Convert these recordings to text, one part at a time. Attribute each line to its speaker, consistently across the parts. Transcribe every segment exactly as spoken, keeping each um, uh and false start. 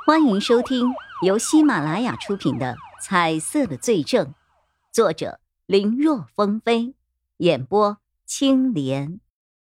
Speaker 1: 欢迎收听由喜马拉雅出品的《彩色的罪证》，作者林若风飞，演播青莲。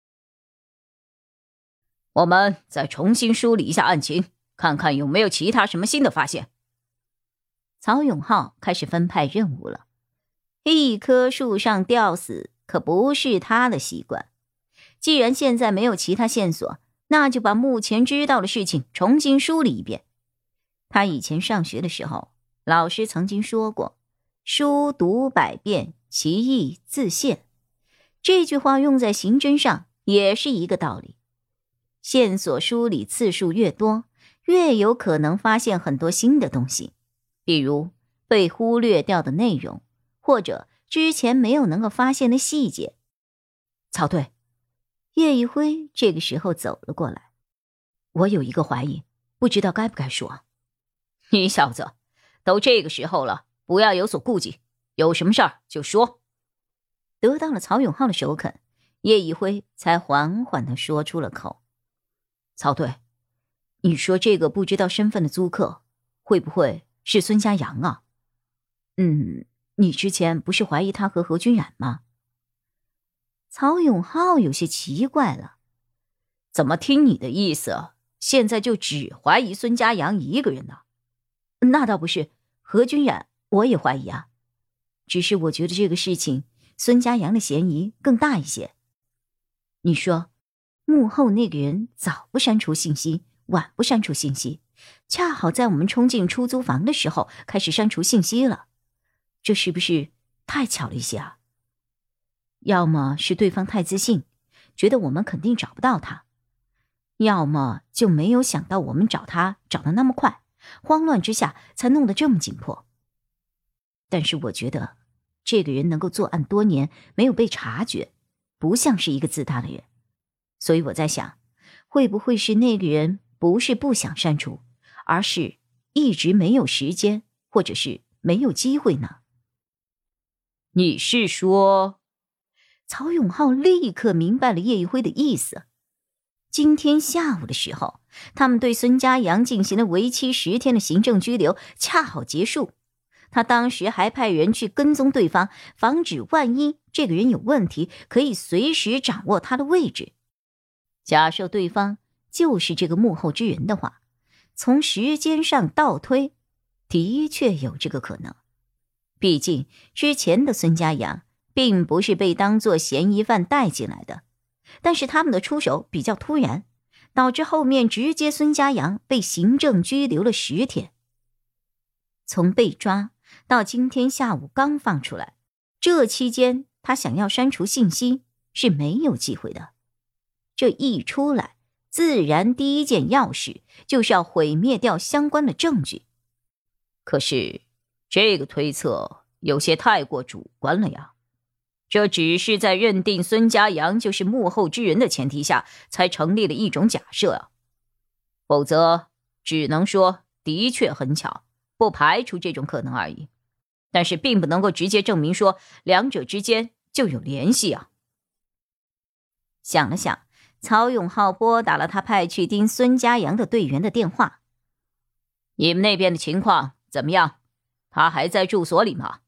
Speaker 2: 我们再重新梳理一下案情，看看有没有其他什么新的发现。
Speaker 1: 曹永浩开始分派任务了。一棵树上吊死可不是他的习惯。既然现在没有其他线索，那就把目前知道的事情重新梳理一遍。他以前上学的时候，老师曾经说过，书读百遍，其义自现。这句话用在刑侦上也是一个道理。线索梳理次数越多，越有可能发现很多新的东西，比如被忽略掉的内容，或者之前没有能够发现的细节。
Speaker 2: 曹队，
Speaker 1: 叶一辉这个时候走了过来。
Speaker 2: 我有一个怀疑，不知道该不该说。你小子，都这个时候了，不要有所顾忌，有什么事儿就说。
Speaker 1: 得到了曹永浩的首肯，叶一辉才缓缓地说出了口。
Speaker 2: 曹队，你说这个不知道身份的租客，会不会是孙家阳啊？
Speaker 1: 嗯，你之前不是怀疑他和何君染吗？曹永浩有些奇怪了。
Speaker 2: 怎么听你的意思，现在就只怀疑孙家阳一个人呢？
Speaker 1: 那倒不是，何君染我也怀疑啊。只是我觉得这个事情，孙家阳的嫌疑更大一些。你说，幕后那个人早不删除信息，晚不删除信息，恰好在我们冲进出租房的时候开始删除信息了，这是不是太巧了一些啊？要么是对方太自信，觉得我们肯定找不到他，要么就没有想到我们找他找得那么快，慌乱之下才弄得这么紧迫。但是我觉得这个人能够作案多年没有被察觉，不像是一个自大的人。所以我在想，会不会是那个人不是不想删除，而是一直没有时间，或者是没有机会呢？
Speaker 2: 你是说？
Speaker 1: 曹永浩立刻明白了叶一辉的意思。今天下午的时候，他们对孙家阳进行了为期十天的行政拘留，恰好结束。他当时还派人去跟踪对方，防止万一这个人有问题，可以随时掌握他的位置。假设对方就是这个幕后之人的话，从时间上倒推，的确有这个可能。毕竟之前的孙家阳并不是被当作嫌疑犯带进来的，但是他们的出手比较突然，导致后面直接孙家阳被行政拘留了十天。从被抓到今天下午刚放出来，这期间他想要删除信息是没有机会的。这一出来，自然第一件要事就是要毁灭掉相关的证据。
Speaker 2: 可是这个推测有些太过主观了呀。这只是在认定孙家阳就是幕后之人的前提下才成立了一种假设啊，否则只能说的确很巧，不排除这种可能而已，但是并不能够直接证明说两者之间就有联系啊。
Speaker 1: 想了想，曹永浩拨打了他派去盯孙家阳的队员的电话。
Speaker 2: 你们那边的情况怎么样？他还在住所里吗？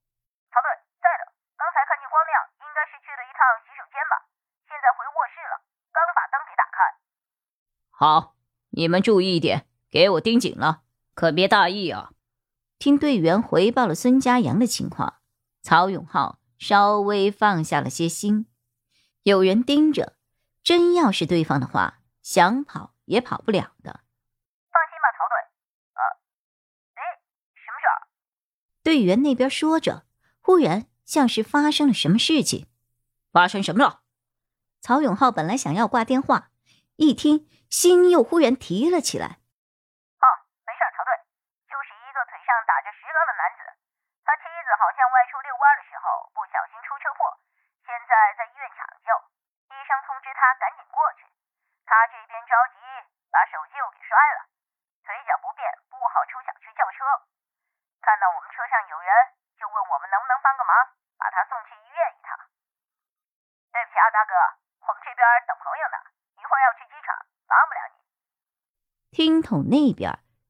Speaker 2: 好，你们注意一点，给我盯紧了，可别大意啊。
Speaker 1: 听队员回报了孙家阳的情况，曹永浩稍微放下了些心。有人盯着，真要是对方的话，想跑也跑不了的。
Speaker 3: 放心吧，曹队。呃，诶，什么事儿？
Speaker 1: 队员那边说着，忽然像是发生了什么事情。
Speaker 2: 发生什么了？
Speaker 1: 曹永浩本来想要挂电话，一听心又忽然提了起来。
Speaker 3: 哦，没事，曹队，就是一个腿上打着石膏的男子，他妻子好像外出遛弯的时候不小心出车祸，现在在医院抢救，医生通知他赶紧过去，他这边着急，把手机又给摔了，腿脚不便，不好出小区叫车，看到我们车上有人，就问我们能不能帮个忙，把他送去医院一趟。对不起啊，大哥，我们这边等朋友呢，一会儿要去机场，帮不了你。
Speaker 1: 听筒那边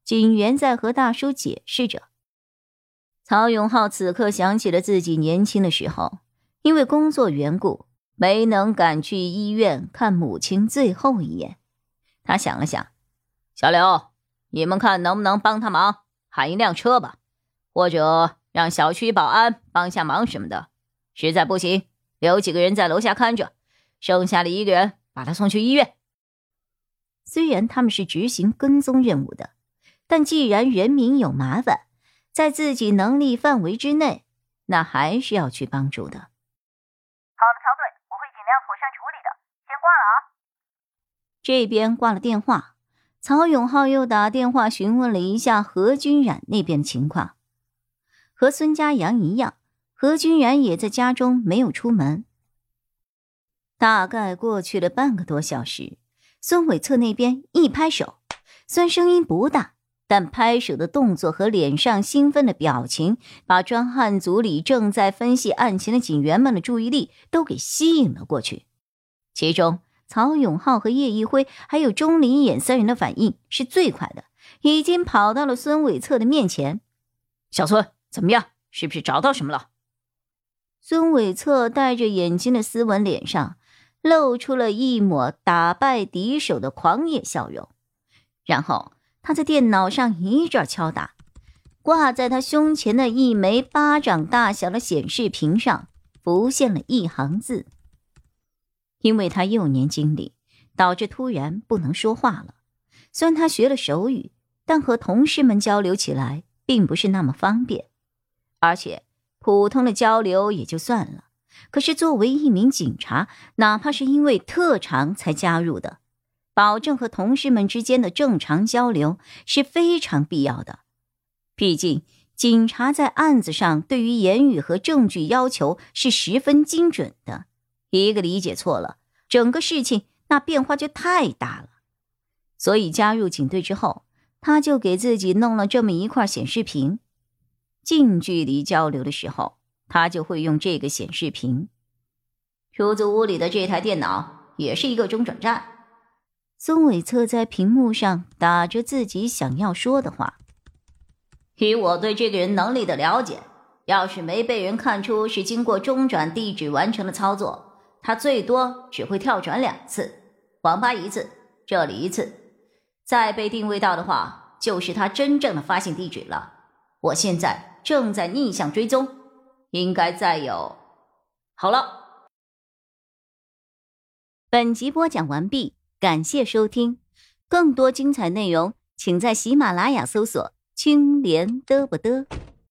Speaker 1: 警员在和大叔解释着。曹永浩此刻想起了自己年轻的时候，因为工作缘故，没能赶去医院看母亲最后一眼。他想了想，
Speaker 2: 小刘，你们看能不能帮他忙，喊一辆车吧，或者让小区保安帮下忙什么的。实在不行，留几个人在楼下看着，剩下的一个人把他送去医院。
Speaker 1: 虽然他们是执行跟踪任务的，但既然人民有麻烦，在自己能力范围之内，那还是要去帮助的。
Speaker 3: 好的，曹队，我会尽量妥善处理的，先挂了啊。
Speaker 1: 这边挂了电话，曹永浩又打电话询问了一下何君冉那边的情况。和孙家阳一样，何君冉也在家中没有出门。大概过去了半个多小时，孙伟策那边一拍手，虽然声音不大，但拍手的动作和脸上兴奋的表情，把专案组里正在分析案情的警员们的注意力都给吸引了过去。其中曹永浩和叶一辉还有钟离眼三人的反应是最快的，已经跑到了孙伟策的面前。
Speaker 2: 小孙，怎么样？是不是找到什么了？
Speaker 1: 孙伟策戴着眼镜的斯文脸上露出了一抹打败敌手的狂野笑容，然后他在电脑上一阵敲打，挂在他胸前的一枚巴掌大小的显示屏上浮现了一行字。因为他幼年经历，导致突然不能说话了。虽然他学了手语，但和同事们交流起来并不是那么方便，而且普通的交流也就算了，可是作为一名警察，哪怕是因为特长才加入的，保证和同事们之间的正常交流是非常必要的。毕竟警察在案子上对于言语和证据要求是十分精准的，一个理解错了，整个事情那变化就太大了。所以加入警队之后，他就给自己弄了这么一块显示屏，近距离交流的时候，他就会用这个显示屏。出租屋里的这台电脑也是一个中转站。孙伟策在屏幕上打着自己想要说的话。以我对这个人能力的了解，要是没被人看出是经过中转地址完成的操作，他最多只会跳转两次，网吧一次，这里一次，再被定位到的话，就是他真正的发信地址了。我现在正在逆向追踪，应该再有……好了。本集播讲完毕，感谢收听，更多精彩内容请在喜马拉雅搜索青莲嘚不嘚。